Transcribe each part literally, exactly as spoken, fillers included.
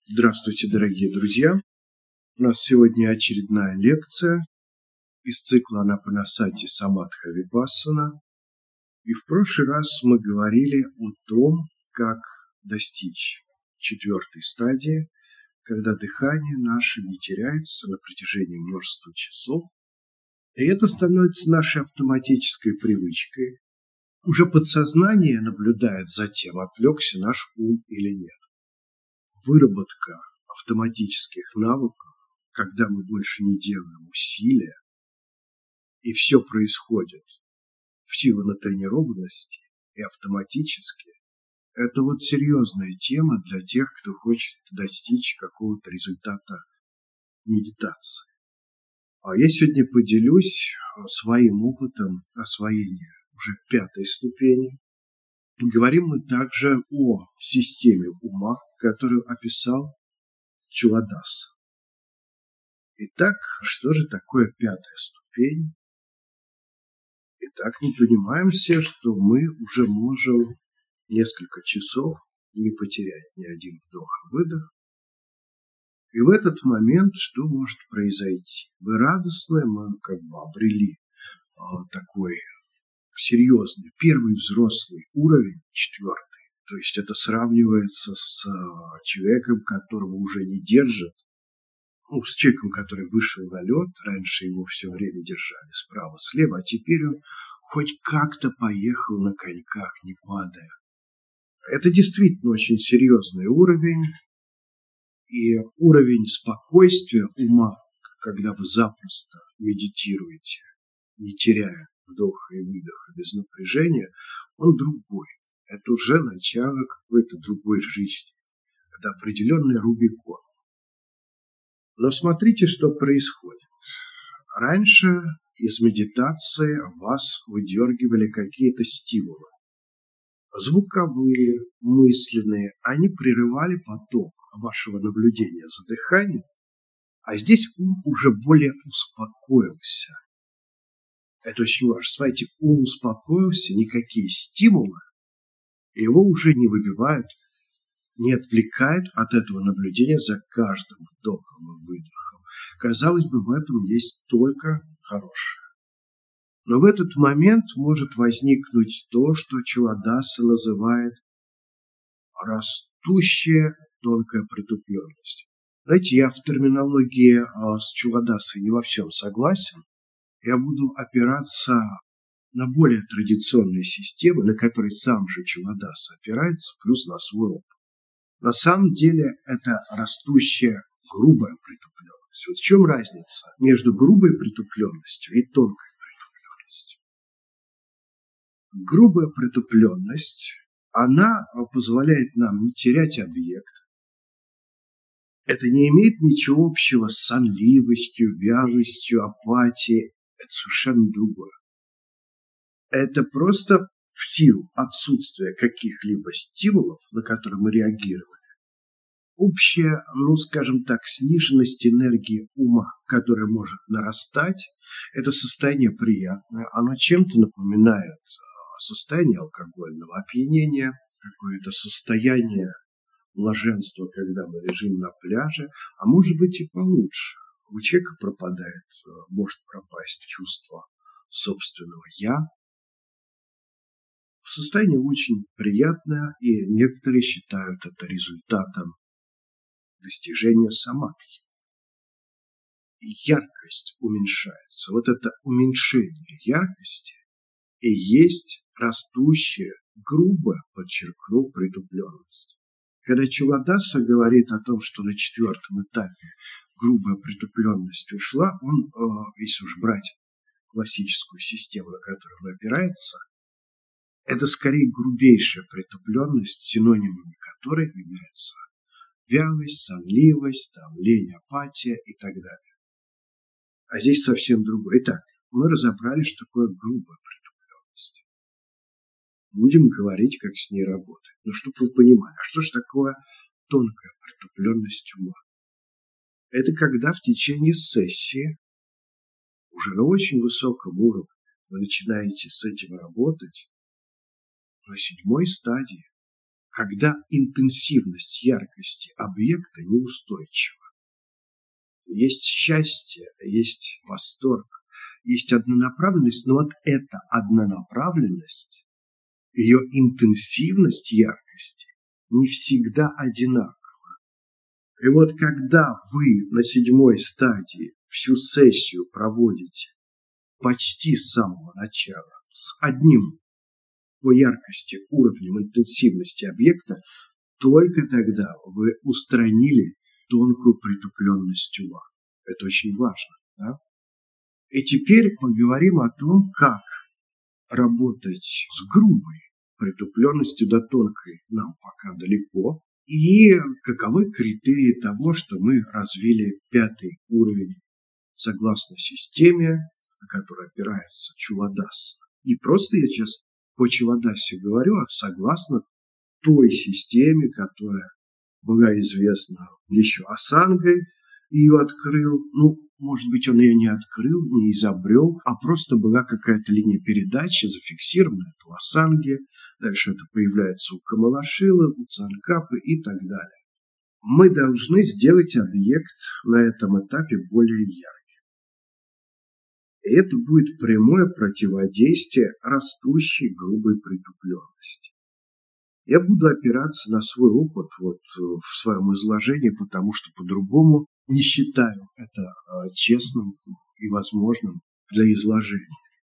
Здравствуйте, дорогие друзья! У нас сегодня очередная лекция из цикла Анапанасати Самадха Випассана. И в прошлый раз мы говорили о том, как достичь четвертой стадии, когда дыхание наше не теряется на протяжении множества часов. И это становится нашей автоматической привычкой. Уже подсознание наблюдает за тем, отвлекся наш ум или нет. Выработка автоматических навыков, когда мы больше не делаем усилия, и все происходит в силу натренированности и автоматически, это вот серьезная тема для тех, кто хочет достичь какого-то результата медитации. А я сегодня поделюсь своим опытом освоения уже пятой ступени. Говорим мы также о системе ума, которую описал Чуладаса. Итак, что же такое пятая ступень? Итак, мы понимаем все, что мы уже можем несколько часов не потерять ни один вдох и выдох. И в этот момент что может произойти? Мы радостны, мы как бы обрели а, такой серьезный первый взрослый уровень, четвертый. То есть это сравнивается с а, человеком, которого уже не держит. Ну, с человеком, который вышел на лед, раньше его все время держали справа-слева, а теперь он хоть как-то поехал на коньках, не падая. Это действительно очень серьезный уровень, и уровень спокойствия ума, когда вы запросто медитируете, не теряя вдоха и выдоха, без напряжения, он другой. Это уже начало какой-то другой жизни. Это определенный Рубикон. Но смотрите, что происходит. Раньше из медитации вас выдергивали какие-то стимулы. Звуковые, мысленные. Они прерывали поток вашего наблюдения за дыханием. А здесь ум уже более успокоился. Это очень важно. Смотрите, ум успокоился, никакие стимулы его уже не выбивают, не отвлекает от этого наблюдения за каждым вдохом и выдохом. Казалось бы, в этом есть только хорошее. Но в этот момент может возникнуть то, что Чуладаса называет растущая тонкая притупленность. Знаете, я в терминологии с Чуладасой не во всем согласен. Я буду опираться на более традиционные системы, на которые сам же Чуладаса опирается, плюс на свой опыт. На самом деле это растущая грубая притупленность. Вот в чем разница между грубой притупленностью и тонкой притупленностью? Грубая притупленность, она позволяет нам не терять объект. Это не имеет ничего общего с сонливостью, вялостью, апатией. Это совершенно другое. Это просто в силу отсутствия каких-либо стимулов, на которые мы реагировали, общая, ну, скажем так, сниженность энергии ума, которая может нарастать, это состояние приятное, оно чем-то напоминает состояние алкогольного опьянения, какое-то состояние блаженства, когда мы лежим на пляже, а может быть и получше. У человека пропадает, может пропасть чувство собственного «я». Состояние очень приятное, и некоторые считают это результатом достижения самадхи. И яркость уменьшается. Вот это уменьшение яркости и есть растущая, грубо, подчеркну, притупленность. Когда Чуладаса говорит о том, что на четвертом этапе грубая притупленность ушла, он, если уж брать классическую систему, на которую он опирается, это скорее грубейшая притупленность, синонимами которой являются вялость, сонливость, там, лень, апатия и так далее. А здесь совсем другое. Итак, мы разобрали, что такое грубая притупленность. Будем говорить, как с ней работать. Но чтобы вы понимали, а что же такое тонкая притупленность ума? Это когда в течение сессии, уже на очень высоком уровне, вы начинаете с этим работать, на седьмой стадии когда интенсивность яркости объекта неустойчива. Есть счастье, есть восторг, есть однонаправленность, но вот эта однонаправленность, ее интенсивность яркости не всегда одинакова. И вот когда вы на седьмой стадии всю сессию проводите почти с самого начала с одним по яркости уровнем интенсивности объекта, только тогда вы устранили тонкую притупленность ума. Это очень важно. Да? И теперь поговорим о том, как работать с грубой притупленностью, до тонкой нам пока далеко, и каковы критерии того, что мы развили пятый уровень согласно системе, на которой опирается Чуладаса. Не просто я сейчас по Чуладасе говорю, а согласно той системе, которая была известна еще Асангой, ее открыл, ну, может быть, он ее не открыл, не изобрел, а просто была какая-то линия передачи, зафиксированная у Асанги, дальше это появляется у Камалашилы, у Цанкапы и так далее. Мы должны сделать объект на этом этапе более ярким. И это будет прямое противодействие растущей грубой притупленности. Я буду опираться на свой опыт вот в своем изложении, потому что по-другому не считаю это честным и возможным для изложения.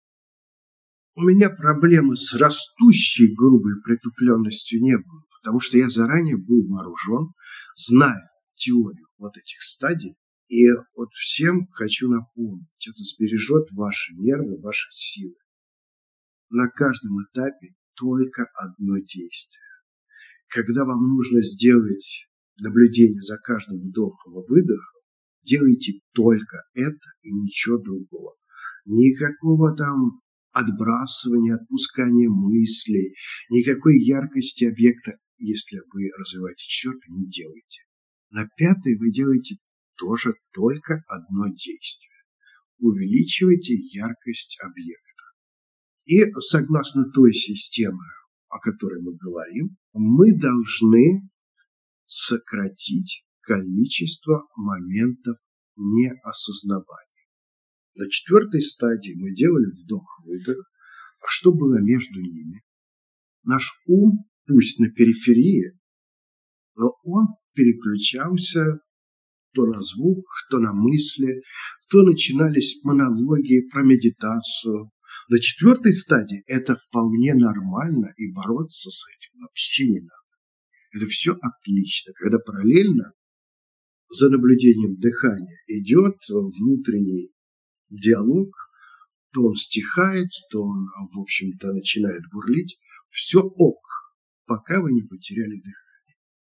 У меня проблемы с растущей грубой притупленностью не было, потому что я заранее был вооружен, зная теорию вот этих стадий, и вот всем хочу напомнить, это сбережет ваши нервы, ваши силы. На каждом этапе только одно действие. Когда вам нужно сделать наблюдение за каждым вдохом и выдохом, делайте только это и ничего другого. Никакого там отбрасывания, отпускания мыслей, никакой яркости объекта, если вы развиваете четвертый, не делайте. На пятый вы делаете тоже только одно действие. Увеличивайте яркость объекта. И согласно той системе, о которой мы говорим, мы должны сократить количество моментов неосознавания. На четвертой стадии мы делали вдох-выдох, а что было между ними? Наш ум, пусть на периферии, но он переключался то на звук, то на мысли, то начинались монологи про медитацию. На четвертой стадии это вполне нормально, и бороться с этим вообще не надо. Это все отлично, когда параллельно за наблюдением дыхания идет внутренний диалог, то он стихает, то он, в общем-то, начинает бурлить. Все ок, пока вы не потеряли дыхание.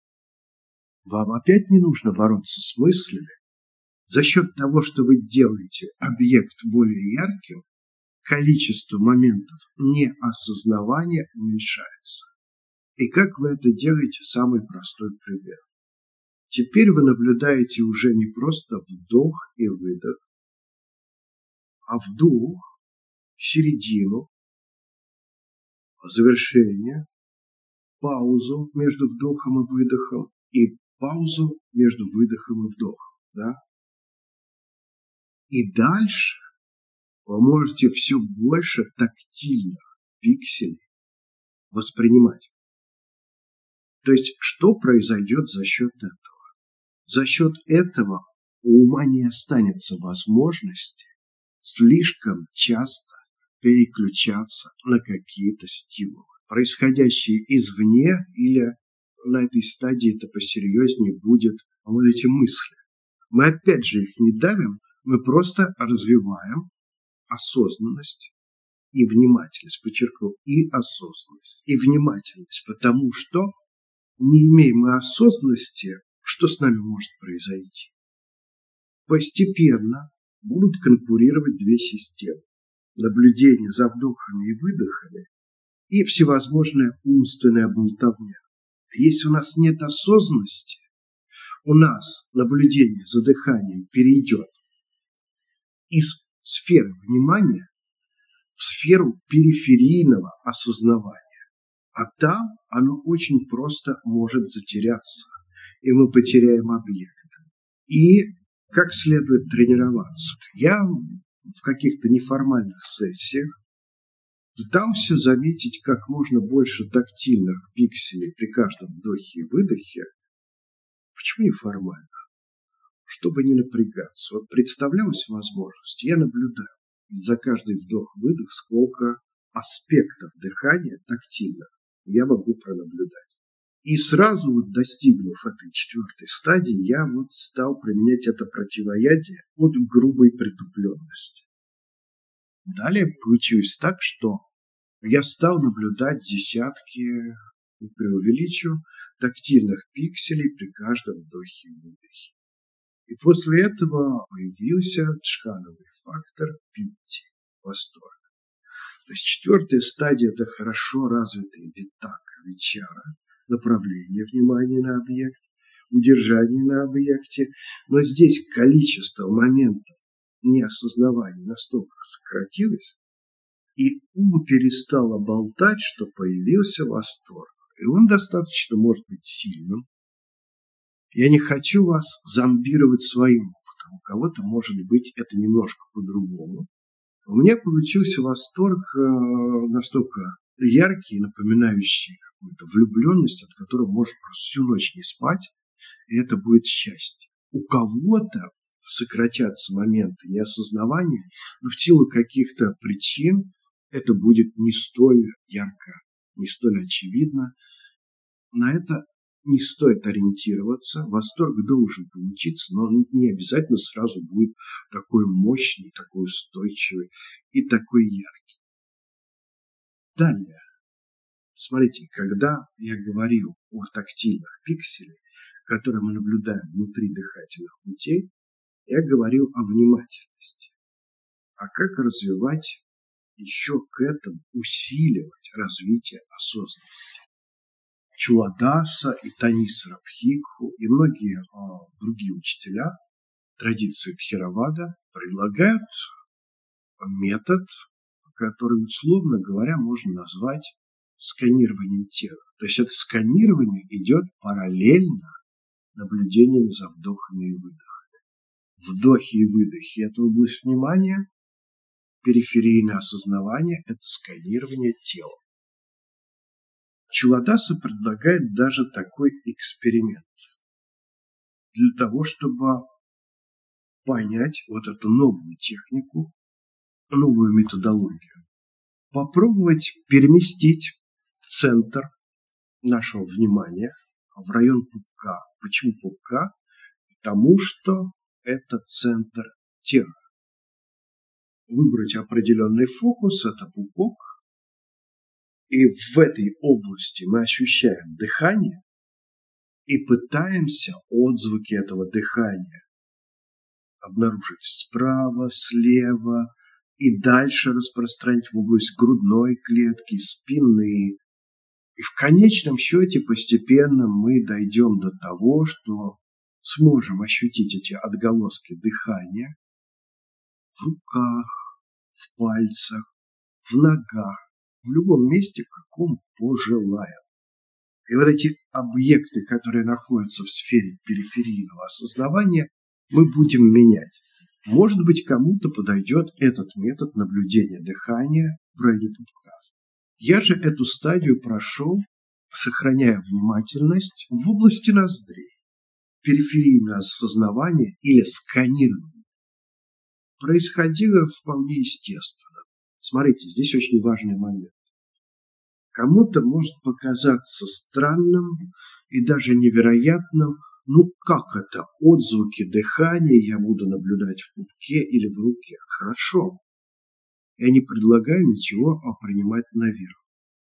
Вам опять не нужно бороться с мыслями. За счет того, что вы делаете объект более ярким, количество моментов неосознавания уменьшается. И как вы это делаете? Самый простой пример. Теперь вы наблюдаете уже не просто вдох и выдох, а вдох, середину, завершение, паузу между вдохом и выдохом и паузу между выдохом и вдохом. Да? И дальше вы можете все больше тактильных пикселей воспринимать. То есть, что произойдет за счет этого? За счет этого у ума не останется возможности слишком часто переключаться на какие-то стимулы, происходящие извне, или на этой стадии это посерьезнее будет вот эти мысли. Мы опять же их не давим, мы просто развиваем осознанность и внимательность, подчеркну, и осознанность, и внимательность, потому что не имея мы осознанности, что с нами может произойти? Постепенно будут конкурировать две системы. Наблюдение за вдохами и выдохами и всевозможная умственная болтовня. Если у нас нет осознанности, у нас наблюдение за дыханием перейдет из сферы внимания в сферу периферийного осознавания. А там оно очень просто может затеряться, и мы потеряем объект. И как следует тренироваться? Я в каких-то неформальных сессиях пытался заметить как можно больше тактильных пикселей при каждом вдохе и выдохе. Почему неформально? Чтобы не напрягаться. Вот представлялась возможность, я наблюдаю за каждый вдох-выдох, сколько аспектов дыхания тактильных я могу пронаблюдать. И сразу вот достигнув этой четвертой стадии, я вот стал применять это противоядие от грубой притупленности. Далее получилось так, что я стал наблюдать десятки, не преувеличу, тактильных пикселей при каждом вдохе и выдохе. И после этого появился тшхановый фактор питти, восторг. То есть четвертая стадия – это хорошо развитый витака, вичара, направление внимания на объект, удержание на объекте, но здесь количество моментов неосознавания настолько сократилось, и ум перестал болтать, что появился восторг. И он достаточно может быть сильным. Я не хочу вас зомбировать своим опытом. У кого-то, может быть, это немножко по-другому. У меня получился восторг настолько яркий, напоминающий какую-то влюбленность, от которой можно просто всю ночь не спать, и это будет счастье. У кого-то сократятся моменты неосознавания, но в силу каких-то причин это будет не столь ярко, не столь очевидно. На это не стоит ориентироваться. Восторг должен получиться, но он не обязательно сразу будет такой мощный, такой устойчивый и такой яркий. Далее. Смотрите, когда я говорил о тактильных пикселях, которые мы наблюдаем внутри дыхательных путей, я говорил о внимательности. А как развивать еще к этому, усиливать развитие осознанности? Чуладаса и Танисара Бхикху и многие а, другие учителя традиции Тхеравада предлагают метод, который, условно говоря, можно назвать сканированием тела. То есть это сканирование идет параллельно наблюдением за вдохами и выдохами. Вдохи и выдохи – это область внимания, периферийное осознавание – это сканирование тела. Чуладаса предлагает даже такой эксперимент для того, чтобы понять вот эту новую технику, новую методологию. Попробовать переместить центр нашего внимания в район пупка. Почему пупка? Потому что это центр тела. Выбрать определенный фокус, это пупок. И в этой области мы ощущаем дыхание и пытаемся отзвуки этого дыхания обнаружить справа, слева и дальше распространить в область грудной клетки, спины. И в конечном счете постепенно мы дойдем до того, что сможем ощутить эти отголоски дыхания в руках, в пальцах, в ногах, в любом месте, в каком пожелаем. И вот эти объекты, которые находятся в сфере периферийного осознавания, мы будем менять. Может быть, кому-то подойдет этот метод наблюдения дыхания в районе пупка. Я же эту стадию прошел, сохраняя внимательность в области ноздрей. Периферийное осознавание или сканирование происходило вполне естественно. Смотрите, здесь очень важный момент. Кому-то может показаться странным и даже невероятным, ну как это, отзвуки дыхания я буду наблюдать в пупке или в руке? Хорошо. Я не предлагаю ничего принимать наверх.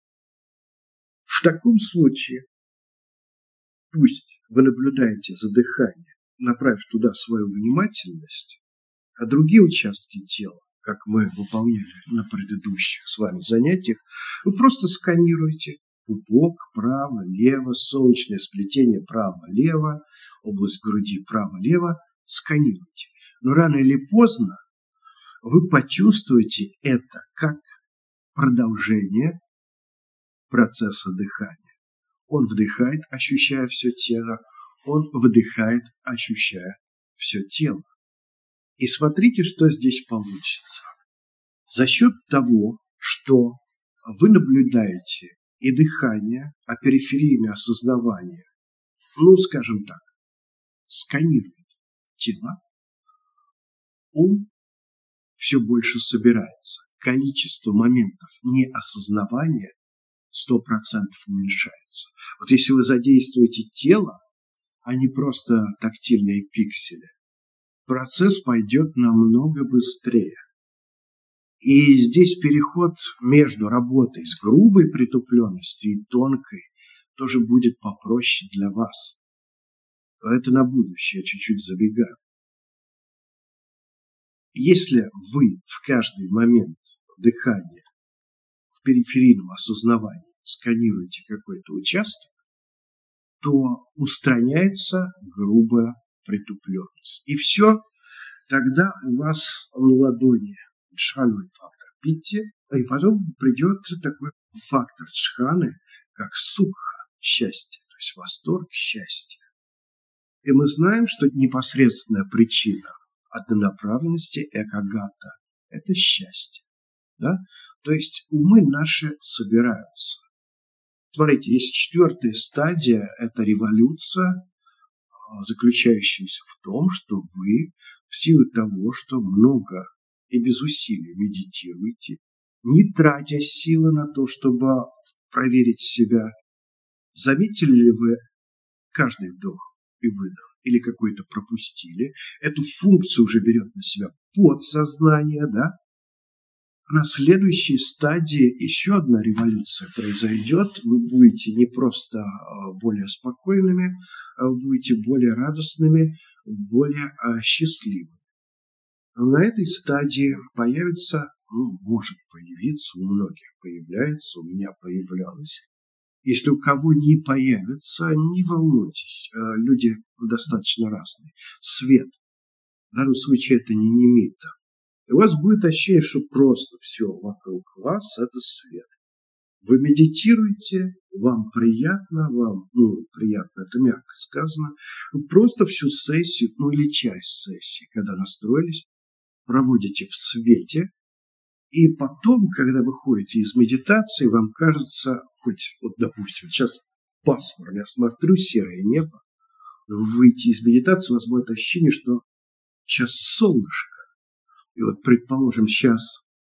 В таком случае пусть вы наблюдаете за дыханием, направив туда свою внимательность, а другие участки тела, как мы выполняли на предыдущих с вами занятиях, вы просто сканируете пупок право, лево, солнечное сплетение право-лево, область груди право-лево, сканируйте. Но рано или поздно вы почувствуете это как продолжение процесса дыхания. Он вдыхает, ощущая все тело, он выдыхает, ощущая все тело. И смотрите, что здесь получится. За счет того, что вы наблюдаете и дыхание, а периферийное осознавание, ну, скажем так, сканирует тела, ум все больше собирается. Количество моментов неосознавания сто процентов уменьшается. Вот если вы задействуете тело, а не просто тактильные пиксели, процесс пойдет намного быстрее. И здесь переход между работой с грубой притупленностью и тонкой тоже будет попроще для вас. Это на будущее, я чуть-чуть забегаю. Если вы в каждый момент дыхания в периферийном осознавании сканируете какой-то участок, то устраняется грубая притупленность. И все, тогда у вас на ладони джхановый фактор питти, и потом придет такой фактор джханы, как сукха, счастье, то есть восторг, счастье. И мы знаем, что непосредственная причина однонаправленности экагата – это счастье. Да? То есть умы наши собираются. Смотрите, есть четвертая стадия – это революция, заключающаяся в том, что вы в силу того, что много и без усилий медитируете, не тратя силы на то, чтобы проверить себя, заметили ли вы каждый вдох и выдох, или какой-то пропустили, эту функцию уже берет на себя подсознание, да? На следующей стадии еще одна революция произойдет. Вы будете не просто более спокойными, а вы будете более радостными, более счастливыми. На этой стадии появится, ну, может появиться, у многих появляется, у меня появлялось. Если у кого не появится, не волнуйтесь, люди достаточно разные. Свет. В данном случае это не немита. У вас будет ощущение, что просто все вокруг вас – это свет. Вы медитируете, вам приятно, вам, ну, приятно, это мягко сказано, вы просто всю сессию, ну, или часть сессии, когда настроились, проводите в свете, и потом, когда вы ходите из медитации, вам кажется, хоть, вот, допустим, сейчас пасмурно, я смотрю, серое небо, но вы выйдете из медитации, у вас будет ощущение, что сейчас солнышко. И вот, предположим, сейчас,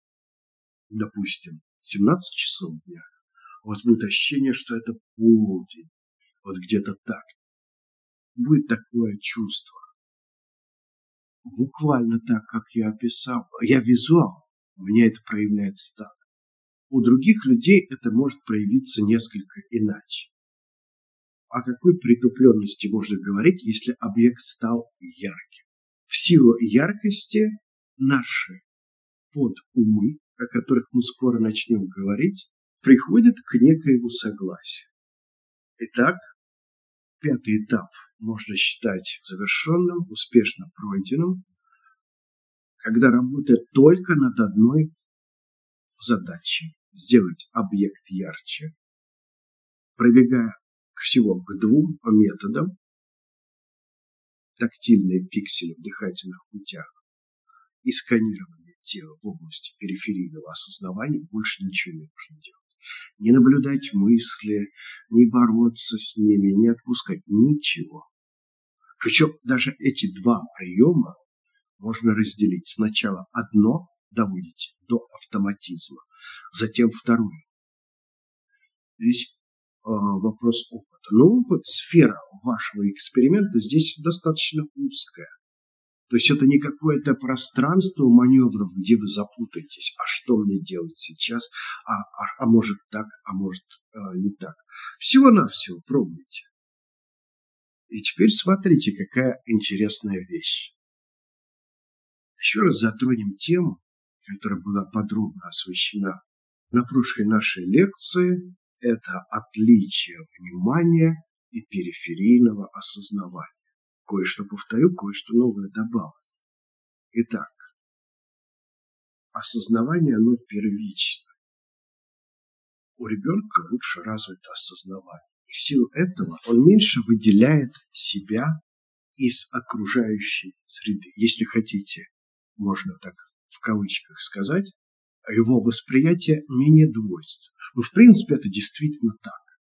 допустим, семнадцать часов дня, у вас будет ощущение, что это полдень, вот где-то так. Будет такое чувство. Буквально так, как я описал. Я визуал, у меня это проявляется так. У других людей это может проявиться несколько иначе. О какой притупленности можно говорить, если объект стал ярким? В силу яркости наши подумы, о которых мы скоро начнем говорить, приходят к некоему согласию. Итак, пятый этап можно считать завершенным, успешно пройденным, когда работает только над одной задачей – сделать объект ярче, пробегая всего к двум методам: тактильные пиксели в дыхательных путях и сканирование тела в области периферийного осознавания. Больше ничего не нужно делать. Не наблюдать мысли, не бороться с ними, не отпускать ничего. Причем даже эти два приема можно разделить. Сначала одно доводите до автоматизма, затем второе. Здесь э, вопрос опыта. Но опыт, сфера вашего эксперимента здесь достаточно узкая. То есть это не какое-то пространство маневров, где вы запутаетесь, а что мне делать сейчас, а, а, а может так, а может э, не так. Всего-навсего пробуйте. И теперь смотрите, какая интересная вещь. Еще раз затронем тему, которая была подробно освещена на прошлой нашей лекции. Это отличие внимания и периферийного осознавания. Кое-что повторю, кое-что новое добавлю. Итак, осознавание, оно первично. у ребенка лучше развито осознавание. И в силу этого он меньше выделяет себя из окружающей среды. Если хотите, можно так в кавычках сказать, его восприятие менее двойственно. Но в принципе это действительно так.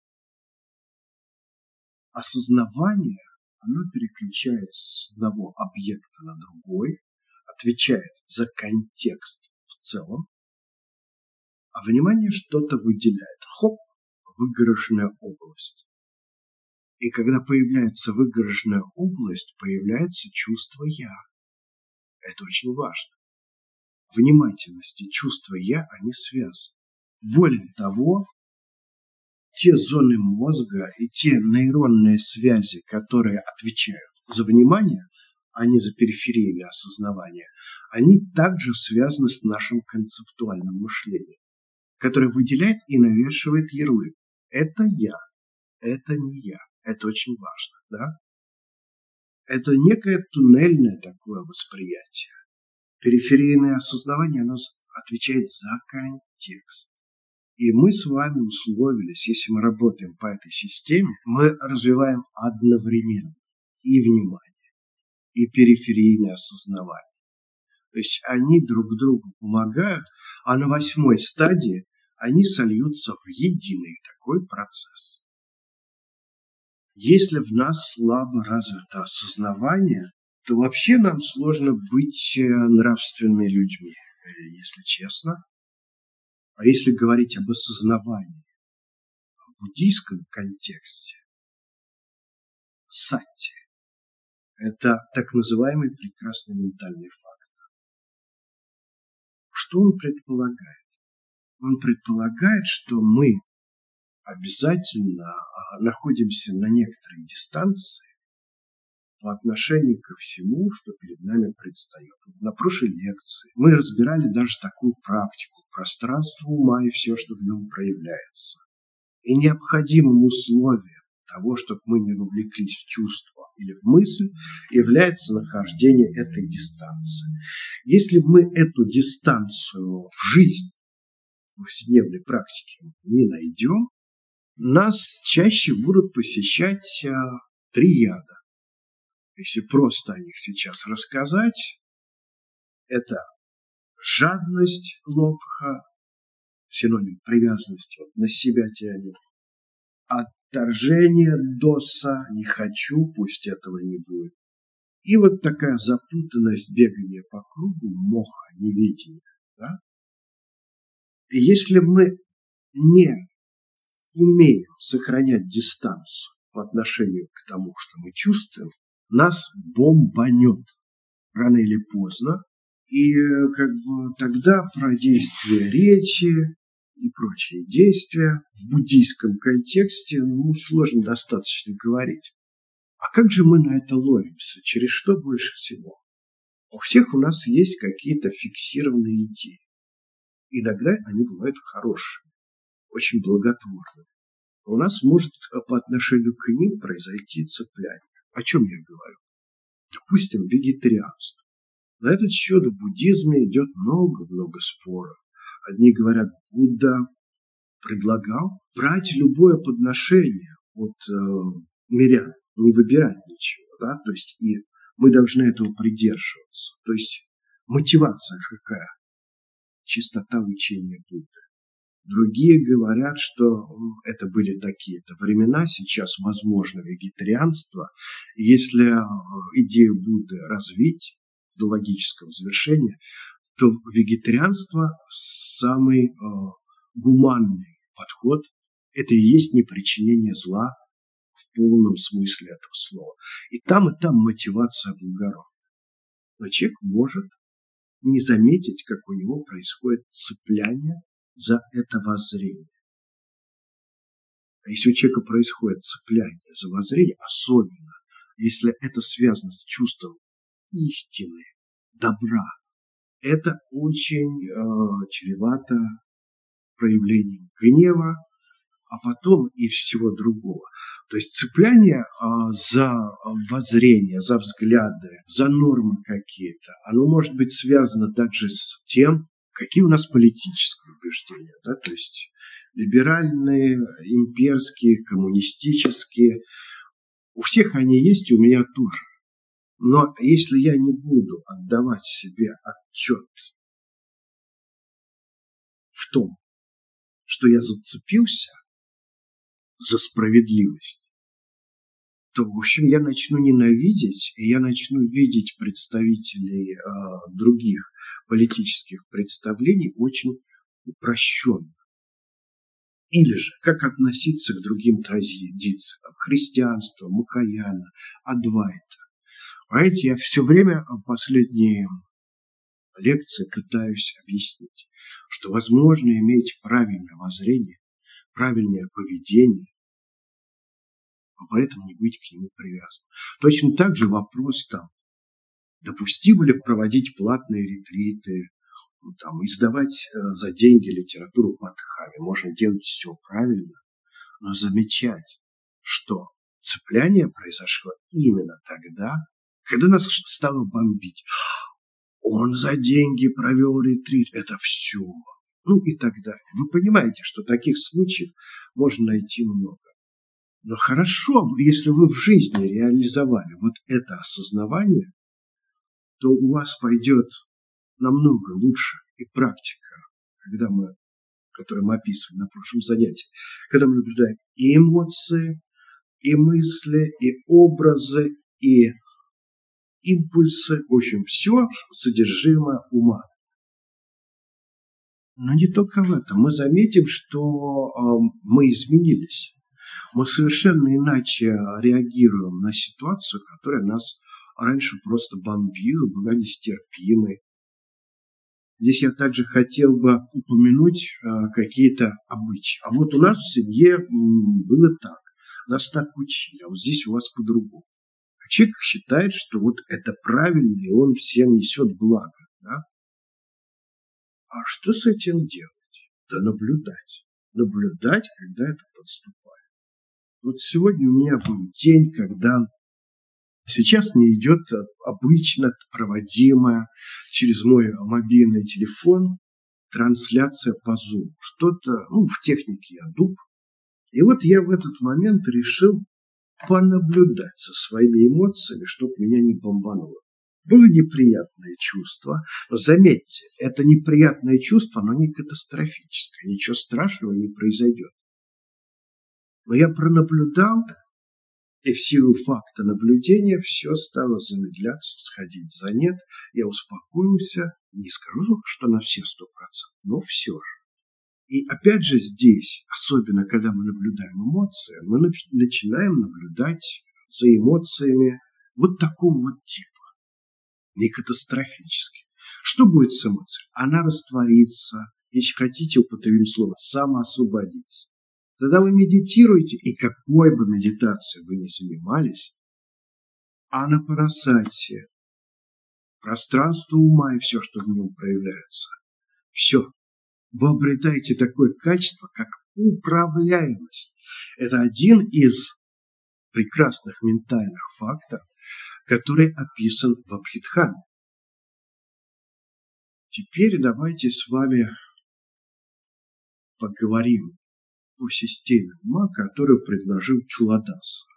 Осознавание, оно переключается с одного объекта на другой, отвечает за контекст в целом, а внимание что-то выделяет. Хоп, выгороженная область. И когда появляется выгороженная область, появляется чувство «я». Это очень важно. Внимательность и чувство «я», они связаны. Более того, те зоны мозга и те нейронные связи, которые отвечают за внимание, а не за периферийное осознавание, они также связаны с нашим концептуальным мышлением, которое выделяет и навешивает ярлык. Это я, это не я. Это очень важно, да? Это некое туннельное такое восприятие. Периферийное осознавание, оно отвечает за контекст. И мы с вами условились, если мы работаем по этой системе, мы развиваем одновременно и внимание, и периферийное осознавание. То есть они друг другу помогают, а на восьмой стадии они сольются в единый такой процесс. Если в нас слабо развито осознавание, то вообще нам сложно быть нравственными людьми, если честно. А если говорить об осознавании в буддийском контексте, сатти – это так называемый прекрасный ментальный фактор. Что он предполагает? Он предполагает, что мы обязательно находимся на некоторой дистанции по отношению ко всему, что перед нами предстает. На прошлой лекции мы разбирали даже такую практику – пространство ума и все, что в нем проявляется. И необходимым условием того, чтобы мы не вовлеклись в чувство или в мысль, является нахождение этой дистанции. Если мы эту дистанцию в жизни, в повседневной практике не найдем, нас чаще будут посещать а, три яда. Если просто о них сейчас рассказать, это жадность, лобха, синоним привязанности, вот, на себя тянет, отторжение, доса, не хочу, пусть этого не будет. И вот такая запутанность, бегания по кругу, моха, неведение. Да? И если мы не умеем сохранять дистанцию по отношению к тому, что мы чувствуем, нас бомбанет рано или поздно, и как бы тогда про действия речи и прочие действия в буддийском контексте ну, сложно достаточно говорить. А как же мы на это ловимся? Через что больше всего? У всех у нас есть какие-то фиксированные идеи. Иногда они бывают хорошими, очень благотворными. У нас может по отношению к ним произойти цепляние. О чем я говорю? Допустим, вегетарианство. На этот счет в буддизме идет много-много споров. Одни говорят, Будда предлагал брать любое подношение от э, мирян, не выбирать ничего, да, то есть и мы должны этого придерживаться. То есть мотивация какая? Чистота учения Будды. Другие говорят, что это были такие-то времена, сейчас возможно вегетарианство. Если идею Будды развить до логического завершения, то вегетарианство самый э, гуманный подход. Это и есть непричинение зла в полном смысле этого слова. И там, и там мотивация благородная. Но человек может не заметить, как у него происходит цепляние за это воззрение. А если у человека происходит цепляние за воззрение, особенно если это связано с чувством истины, добра, это очень э, чревато проявлением гнева, а потом и всего другого. То есть цепляние э, за воззрение, за взгляды, за нормы какие-то, оно может быть связано также с тем, какие у нас политические убеждения. Да? То есть либеральные, имперские, коммунистические. У всех они есть, и у меня тоже. Но если я не буду отдавать себе отчет в том, что я зацепился за справедливость, то, в общем, я начну ненавидеть, и я начну видеть представителей э, других политических представлений очень упрощенно. Или же, как относиться к другим традициям, христианство, Махаяна, Адвайта. Понимаете, я все время последние лекции пытаюсь объяснить, что возможно иметь правильное воззрение, правильное поведение, а при этом не быть к нему привязанным. Точно так же вопрос там, допустимо ли проводить платные ретриты, ну, там, издавать э, за деньги литературу по Дхамме. Можно делать все правильно, но замечать, что цепляние произошло именно тогда, когда нас стало бомбить. Он за деньги провел ретрит, это все. Ну и так далее. Вы понимаете, что таких случаев можно найти много. Но хорошо, если вы в жизни реализовали вот это осознавание, то у вас пойдет намного лучше и практика, когда мы, которую мы описывали на прошлом занятии, когда мы наблюдаем и эмоции, и мысли, и образы, и импульсы, в общем, все содержимое ума. Но не только в этом. Мы заметим, что э, мы изменились. Мы совершенно иначе реагируем на ситуацию, которая нас раньше просто бомбила, была нестерпимой. Здесь я также хотел бы упомянуть э, какие-то обычаи. А вот у нас в семье м, было так. Нас так учили, а вот здесь у вас по-другому. Человек считает, что вот это правильно, и он всем несет благо. Да? А что с этим делать? Да наблюдать. Наблюдать, когда это подступает. Вот сегодня у меня был день, когда сейчас не идет обычно проводимая через мой мобильный телефон трансляция по Zoom. Что-то, ну, в технике Adobe. И вот я в этот момент решил понаблюдать за своими эмоциями, чтобы меня не бомбануло. Было неприятное чувство. Но заметьте, это неприятное чувство, оно не катастрофическое. Ничего страшного не произойдет. Но я пронаблюдал, и в силу факта наблюдения все стало замедляться, сходить за нет. Я успокоился, не скажу, что на все сто процентов, но все же. И опять же здесь, особенно когда мы наблюдаем эмоции, мы начинаем наблюдать за эмоциями вот такого вот типа, не катастрофически. Что будет с эмоцией? Она растворится, если хотите, употребим слово, самоосвободится. Тогда вы медитируете, и какой бы медитацией вы ни занимались, анапанасати, пространство ума и все, что в нем проявляется, все. Вы обретаете такое качество, как управляемость. Это один из прекрасных ментальных факторов, который описан в Абхидхаме. Теперь давайте с вами поговорим по системе ума, которую предложил Чуладаса.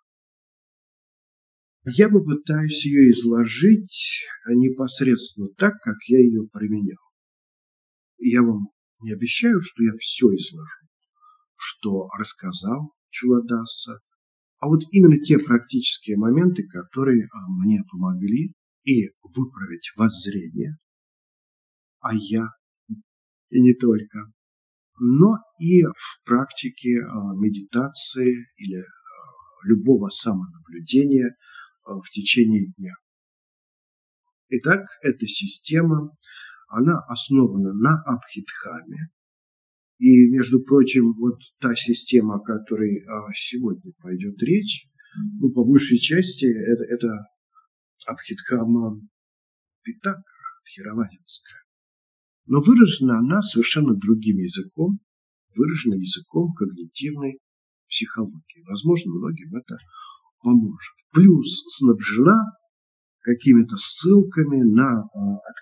Я попытаюсь ее изложить непосредственно так, как я ее применял. Я вам не обещаю, что я все изложу, что рассказал Чуладаса, а вот именно те практические моменты, которые мне помогли и выправить воззрение, а я и не только, но и в практике медитации или любого самонаблюдения в течение дня. Итак, эта система, она основана на Абхидхаме. И, между прочим, вот та система, о которой сегодня пойдет речь, ну, по большей части, это, это Абхидхама Питакра, Тхеравадинская. Но выражена она совершенно другим языком, выражена языком когнитивной психологии. Возможно, многим это поможет. Плюс снабжена какими-то ссылками на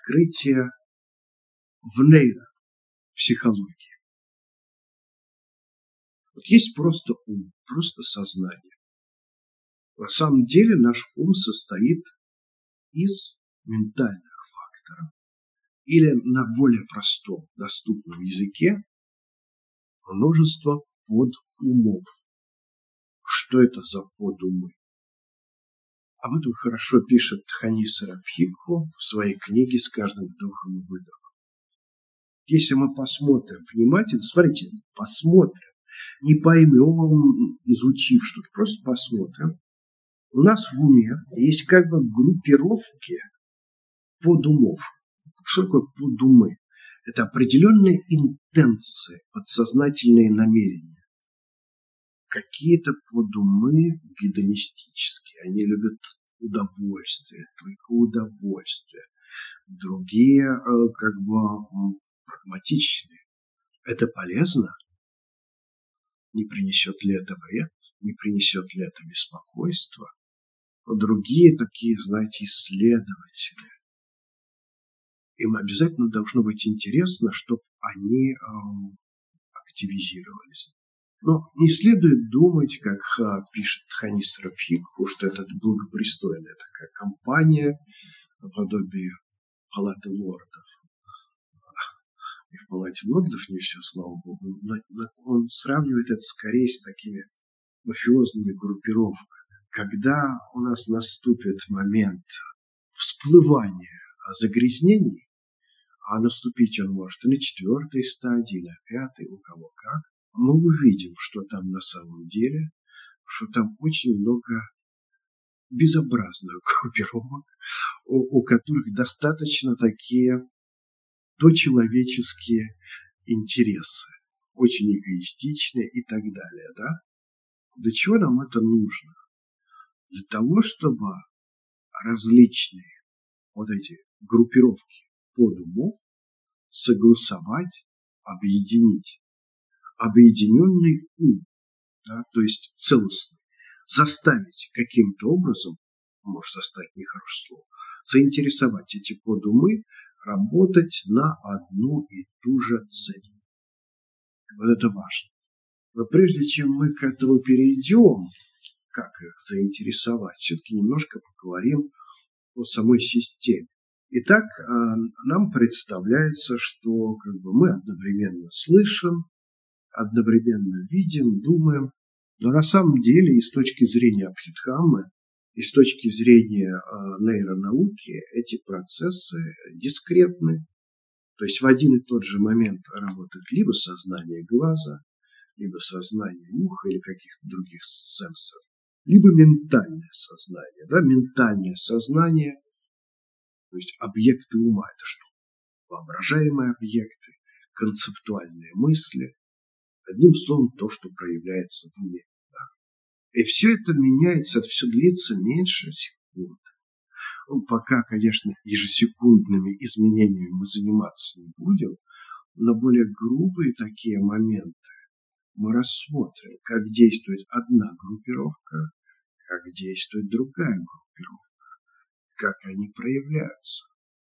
открытие в нейропсихологии. Вот есть просто ум, просто сознание. На самом деле наш ум состоит из ментальных факторов. Или на более простом, доступном языке множество подумов. Что это за подумы? Об этом хорошо пишет Тханисара Пхикху в своей книге «С каждым вдохом и выдохом». Если мы посмотрим внимательно, смотрите, посмотрим, не поймем, изучив что-то, просто посмотрим. У нас в уме есть как бы группировки подумов. Что такое подумы? Это определенные интенции, подсознательные намерения. Какие-то подумы гедонистические, они любят удовольствие, только удовольствие. Другие как бы прагматичные. Это полезно? Не принесет ли это вред? Не принесет ли это беспокойство? Другие такие, знаете, исследователи. Им обязательно должно быть интересно, чтобы они э, активизировались. Но не следует думать, как ха, пишет Тханисара Пхикху, что это благопристойная такая компания, наподобие палаты лордов. И в палате лордов не все, слава богу. Но, но он сравнивает это скорее с такими мафиозными группировками. Когда у нас наступит момент всплывания загрязнений, а наступить он может и на четвертой стадии, и на пятой, у кого как, мы увидим, что там на самом деле, что там очень много безобразных группировок, у, у которых достаточно такие дочеловеческие интересы, очень эгоистичные и так далее. Да? Для чего нам это нужно? Для того, чтобы различные вот эти группировки подумов согласовать, объединить. Объединенный ум, да, то есть целостный, заставить каким-то образом, может заставить нехорошее слово, заинтересовать эти подумы работать на одну и ту же цель. Вот это важно. Но прежде чем мы к этому перейдем, как их заинтересовать, все-таки немножко поговорим о самой системе. Итак, нам представляется, что как бы, мы одновременно слышим, одновременно видим, думаем, но на самом деле и с точки зрения Абхидхаммы, и с точки зрения э, нейронауки эти процессы дискретны. То есть в один и тот же момент работает либо сознание глаза, либо сознание уха или каких-то других сенсоров, либо ментальное сознание. Да? Ментальное сознание, то есть объекты ума, это что? Воображаемые объекты, концептуальные мысли. Одним словом, то, что проявляется в уме. Да? И все это меняется, это все длится меньше секунд. Ну, пока, конечно, ежесекундными изменениями мы заниматься не будем, но более грубые такие моменты мы рассмотрим, как действует одна группировка, как действует другая группировка, как они проявляются.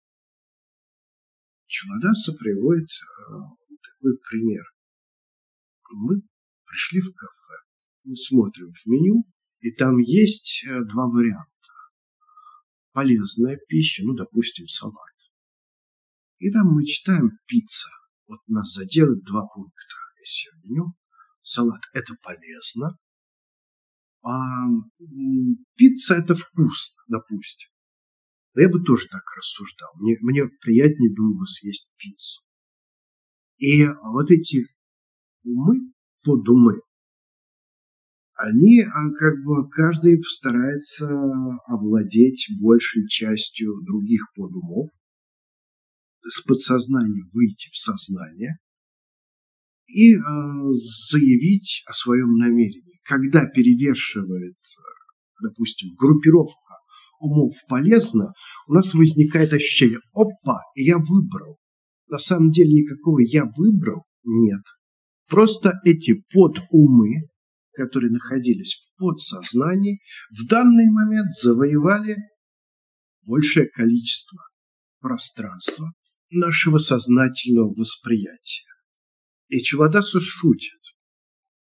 Чуладаса приводит э, такой пример. Мы пришли в кафе, мы смотрим в меню, и там есть два варианта. Полезная пища, ну, допустим, салат. И там мы читаем пицца. Вот нас задерживают два пункта. Если в меню салат – это полезно, а пицца – это вкусно, допустим. Но я бы тоже так рассуждал. Мне, мне приятнее было бы съесть пиццу. И вот эти умы, подумы, они как бы каждый старается овладеть большей частью других подумов, с подсознания выйти в сознание и э, заявить о своем намерении. Когда перевешивает, допустим, группировка умов полезно, у нас возникает ощущение: опа, я выбрал. На самом деле никакого «я выбрал» нет. Просто эти подумы, которые находились в подсознании, в данный момент завоевали большее количество пространства нашего сознательного восприятия. И Чуладаса шутит.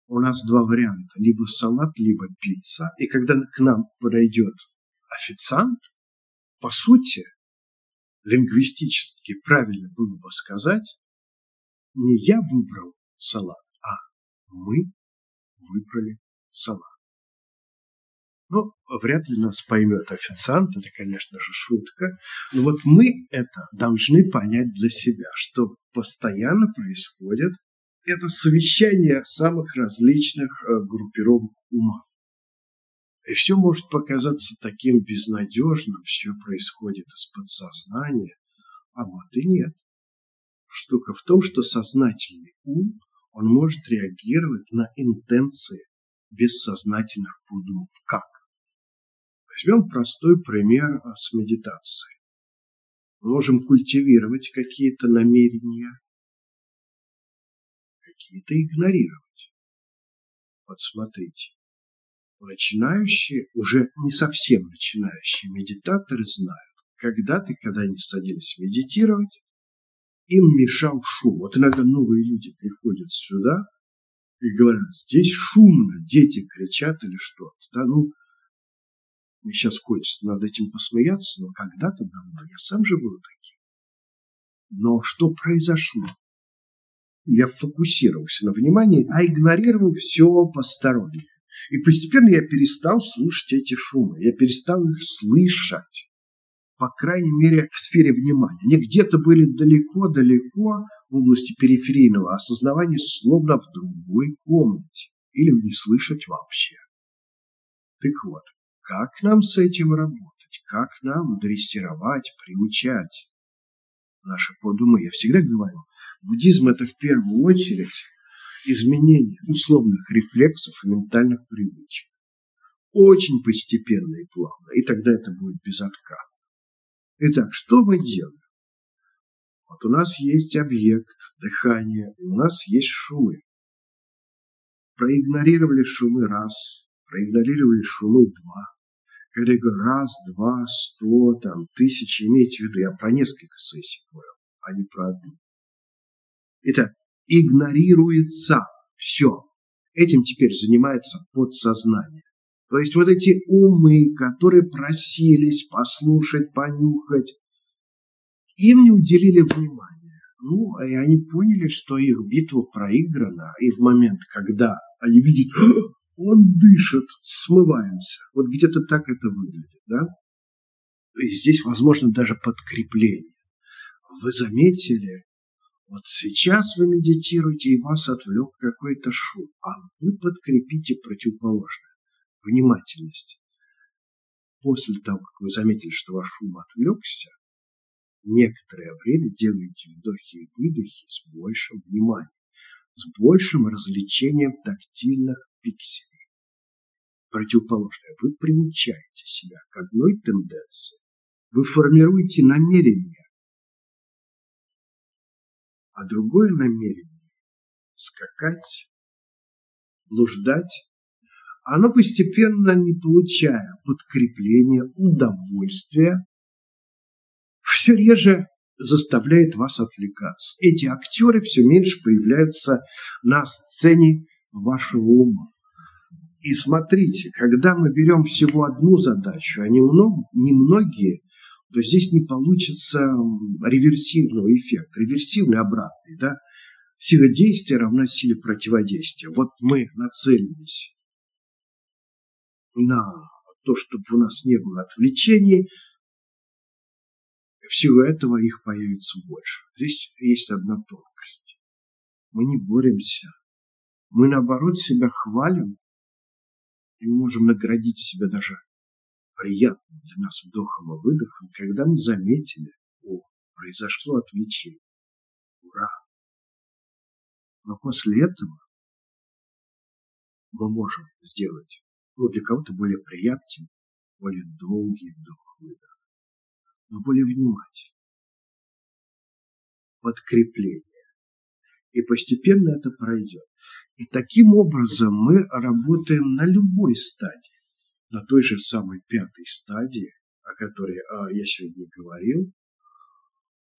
у нас два варианта. Либо салат, либо пицца. И когда к нам подойдет официант, по сути, лингвистически правильно было бы сказать, не я выбрал салат, а мы выбрали салат. Ну, вряд ли нас поймет официант, это, конечно же, шутка. Но вот мы это должны понять для себя, что постоянно происходит это совещание самых различных группировок ума. И все может показаться таким безнадежным, все происходит из подсознания, а вот и нет. Штука в том, что сознательный ум, он может реагировать на интенции бессознательных подумов. Как? Возьмем простой пример с медитацией. Мы можем культивировать какие-то намерения, какие-то игнорировать. Вот смотрите, начинающие, уже не совсем начинающие медитаторы знают, когда-то, когда они садились медитировать, им мешал шум. Вот иногда новые люди приходят сюда и говорят, здесь шумно, дети кричат или что-то. Да, ну, мне сейчас хочется над этим посмеяться, но когда-то давно я сам же был таким. Но что произошло? Я фокусировался на внимании, а игнорировал все постороннее. И постепенно я перестал слушать эти шумы, я перестал их слышать, по крайней мере, в сфере внимания. Они где-то были далеко-далеко в области периферийного осознавания, словно в другой комнате, или не слышать вообще. Так вот, как нам с этим работать? Как нам дрессировать, приучать наши подумы? Я всегда говорю, буддизм – это в первую очередь изменение условных рефлексов и ментальных привычек. Очень постепенно и плавно, и тогда это будет безотказно. Итак, что мы делаем? Вот у нас есть объект дыхания, и у нас есть шумы. Проигнорировали шумы раз, проигнорировали шумы два. Когда я говорю раз, два, сто, там, тысячи, имейте в виду, я про несколько сессий говорю, а не про одну. Итак, игнорируется все. Этим теперь занимается подсознание. То есть вот эти умы, которые просились послушать, понюхать, им не уделили внимания. Ну, и они поняли, что их битва проиграна, и в момент, когда они видят, он дышит, смываемся. Вот где-то так это выглядит, да? И здесь возможно даже подкрепление. Вы заметили, вот сейчас вы медитируете, и вас отвлек какой-то шум, а вы подкрепите противоположное. Внимательность. После того, как вы заметили, что ваш ум отвлекся, некоторое время делаете вдохи и выдохи с большим вниманием, с большим развлечением тактильных пикселей. Противоположное. Вы приучаете себя к одной тенденции, вы формируете намерение, а другое намерение – скакать, блуждать, оно постепенно, не получая подкрепления, удовольствия, все реже заставляет вас отвлекаться. Эти актеры все меньше появляются на сцене вашего ума. И смотрите, когда мы берем всего одну задачу, а не немногие, то здесь не получится реверсивного эффекта, реверсивный обратный. Да? Сила действия равна силе противодействия. Вот мы нацелились на то, чтобы у нас не было отвлечений, всего этого их появится больше. Здесь есть одна тонкость. Мы не боремся. Мы, наоборот, себя хвалим и можем наградить себя даже приятным для нас вдохом и выдохом, когда мы заметили, о, произошло отвлечение. Ура! Но после этого мы можем сделать, ну, для кого-то более приятный, более долгий вдох-выдох, но более внимательный. Подкрепление. И постепенно это пройдет. И таким образом мы работаем на любой стадии. На той же самой пятой стадии, о которой а, я сегодня говорил,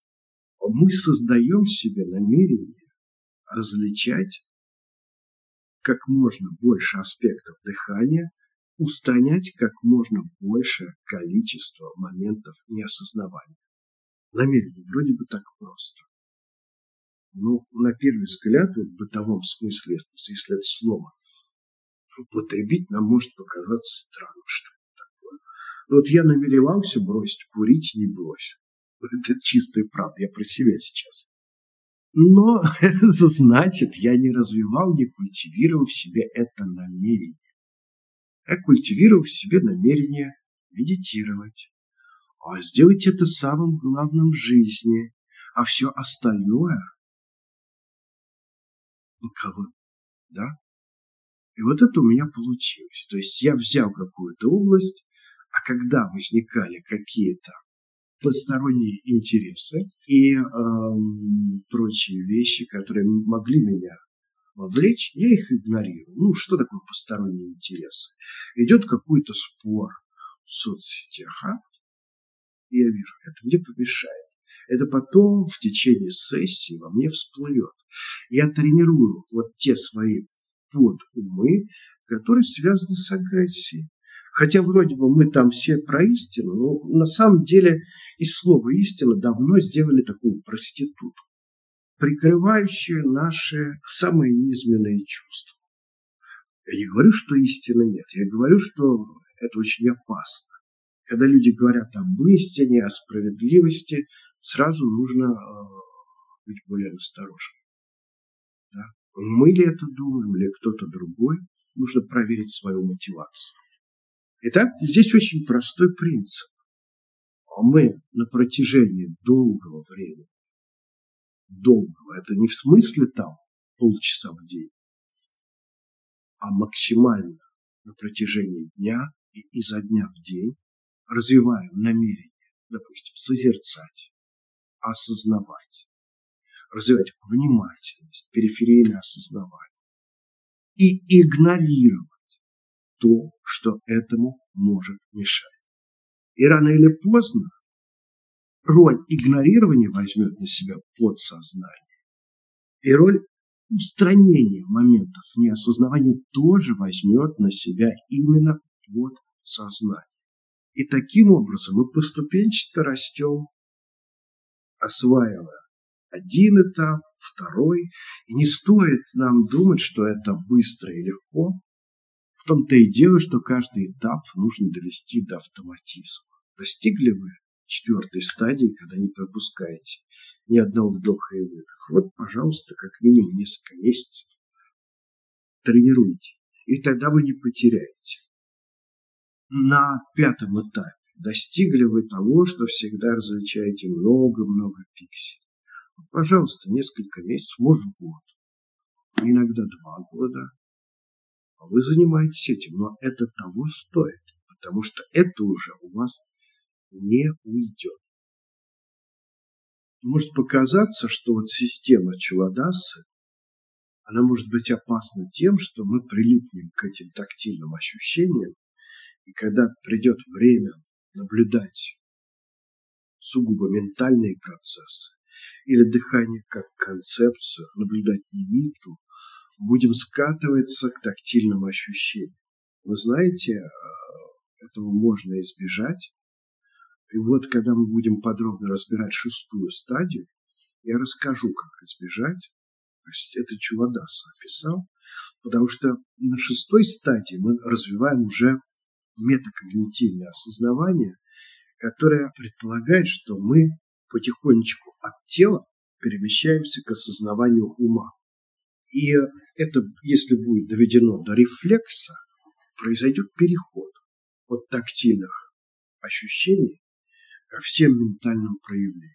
мы создаем в себе намерение различать как можно больше аспектов дыхания, устранять как можно большее количество моментов неосознавания. Намерение вроде бы так просто. Но на первый взгляд, вот в бытовом смысле, если это слово употребить, нам может показаться странным, что это такое. Но вот я намеревался бросить курить, не бросил. Это чистая правда, я про себя сейчас. Но это значит, я не развивал, не культивировал в себе это намерение. Я культивировал в себе намерение медитировать. А сделать это самым главным в жизни, а все остальное боковым, да? И вот это у меня получилось. То есть я взял какую-то область, а когда возникали какие-то посторонние интересы и э, прочие вещи, которые могли меня вовлечь, я их игнорирую. Ну, что такое посторонние интересы? Идет какой-то спор в соцсетях, а? Я вижу, это мне помешает. Это потом в течение сессии во мне всплывет. Я тренирую вот те свои подумы, которые связаны с агрессией. Хотя вроде бы мы там все про истину, но на самом деле из слова истина давно сделали такую проститутку, прикрывающую наши самые низменные чувства. Я не говорю, что истины нет, я говорю, что это очень опасно. Когда люди говорят об истине, о справедливости, сразу нужно э, быть более осторожным. Да? Мы ли это думаем, или кто-то другой, нужно проверить свою мотивацию. Итак, здесь очень простой принцип. Мы на протяжении долгого времени, долгого, это не в смысле там полчаса в день, а максимально на протяжении дня и изо дня в день развиваем намерение, допустим, созерцать, осознавать, развивать внимательность, периферийное осознавание и игнорировать то, что этому может мешать. И рано или поздно роль игнорирования возьмет на себя подсознание. И роль устранения моментов неосознавания тоже возьмет на себя именно подсознание. И таким образом мы поступенчато растем, осваивая один этап, второй. И не стоит нам думать, что это быстро и легко. В том-то и дело, что каждый этап нужно довести до автоматизма. Достигли вы четвертой стадии, когда не пропускаете ни одного вдоха и выдоха? Вот, пожалуйста, как минимум несколько месяцев тренируйте. И тогда вы не потеряете. На пятом этапе достигли вы того, что всегда различаете много-много пикселей. Вот, пожалуйста, несколько месяцев, может год, иногда два года. Вы занимаетесь этим, но это того стоит, потому что это уже у вас не уйдет. Может показаться, что вот система Чуладасы, она может быть опасна тем, что мы прилипнем к этим тактильным ощущениям, и когда придет время наблюдать сугубо ментальные процессы или дыхание как концепцию, наблюдать не мимику, будем скатываться к тактильным ощущениям. Вы знаете, этого можно избежать. И вот, когда мы будем подробно разбирать шестую стадию, я расскажу, как избежать. То есть это Чуладаса описал, потому что на шестой стадии мы развиваем уже метакогнитивное осознавание, которое предполагает, что мы потихонечку от тела перемещаемся к осознаванию ума. И это, если будет доведено до рефлекса, произойдет переход от тактильных ощущений ко всем ментальным проявлениям.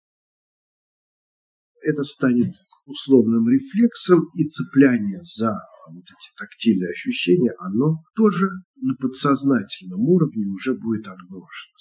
Это станет условным рефлексом, и цепляние за вот эти тактильные ощущения, оно тоже на подсознательном уровне уже будет отброшено.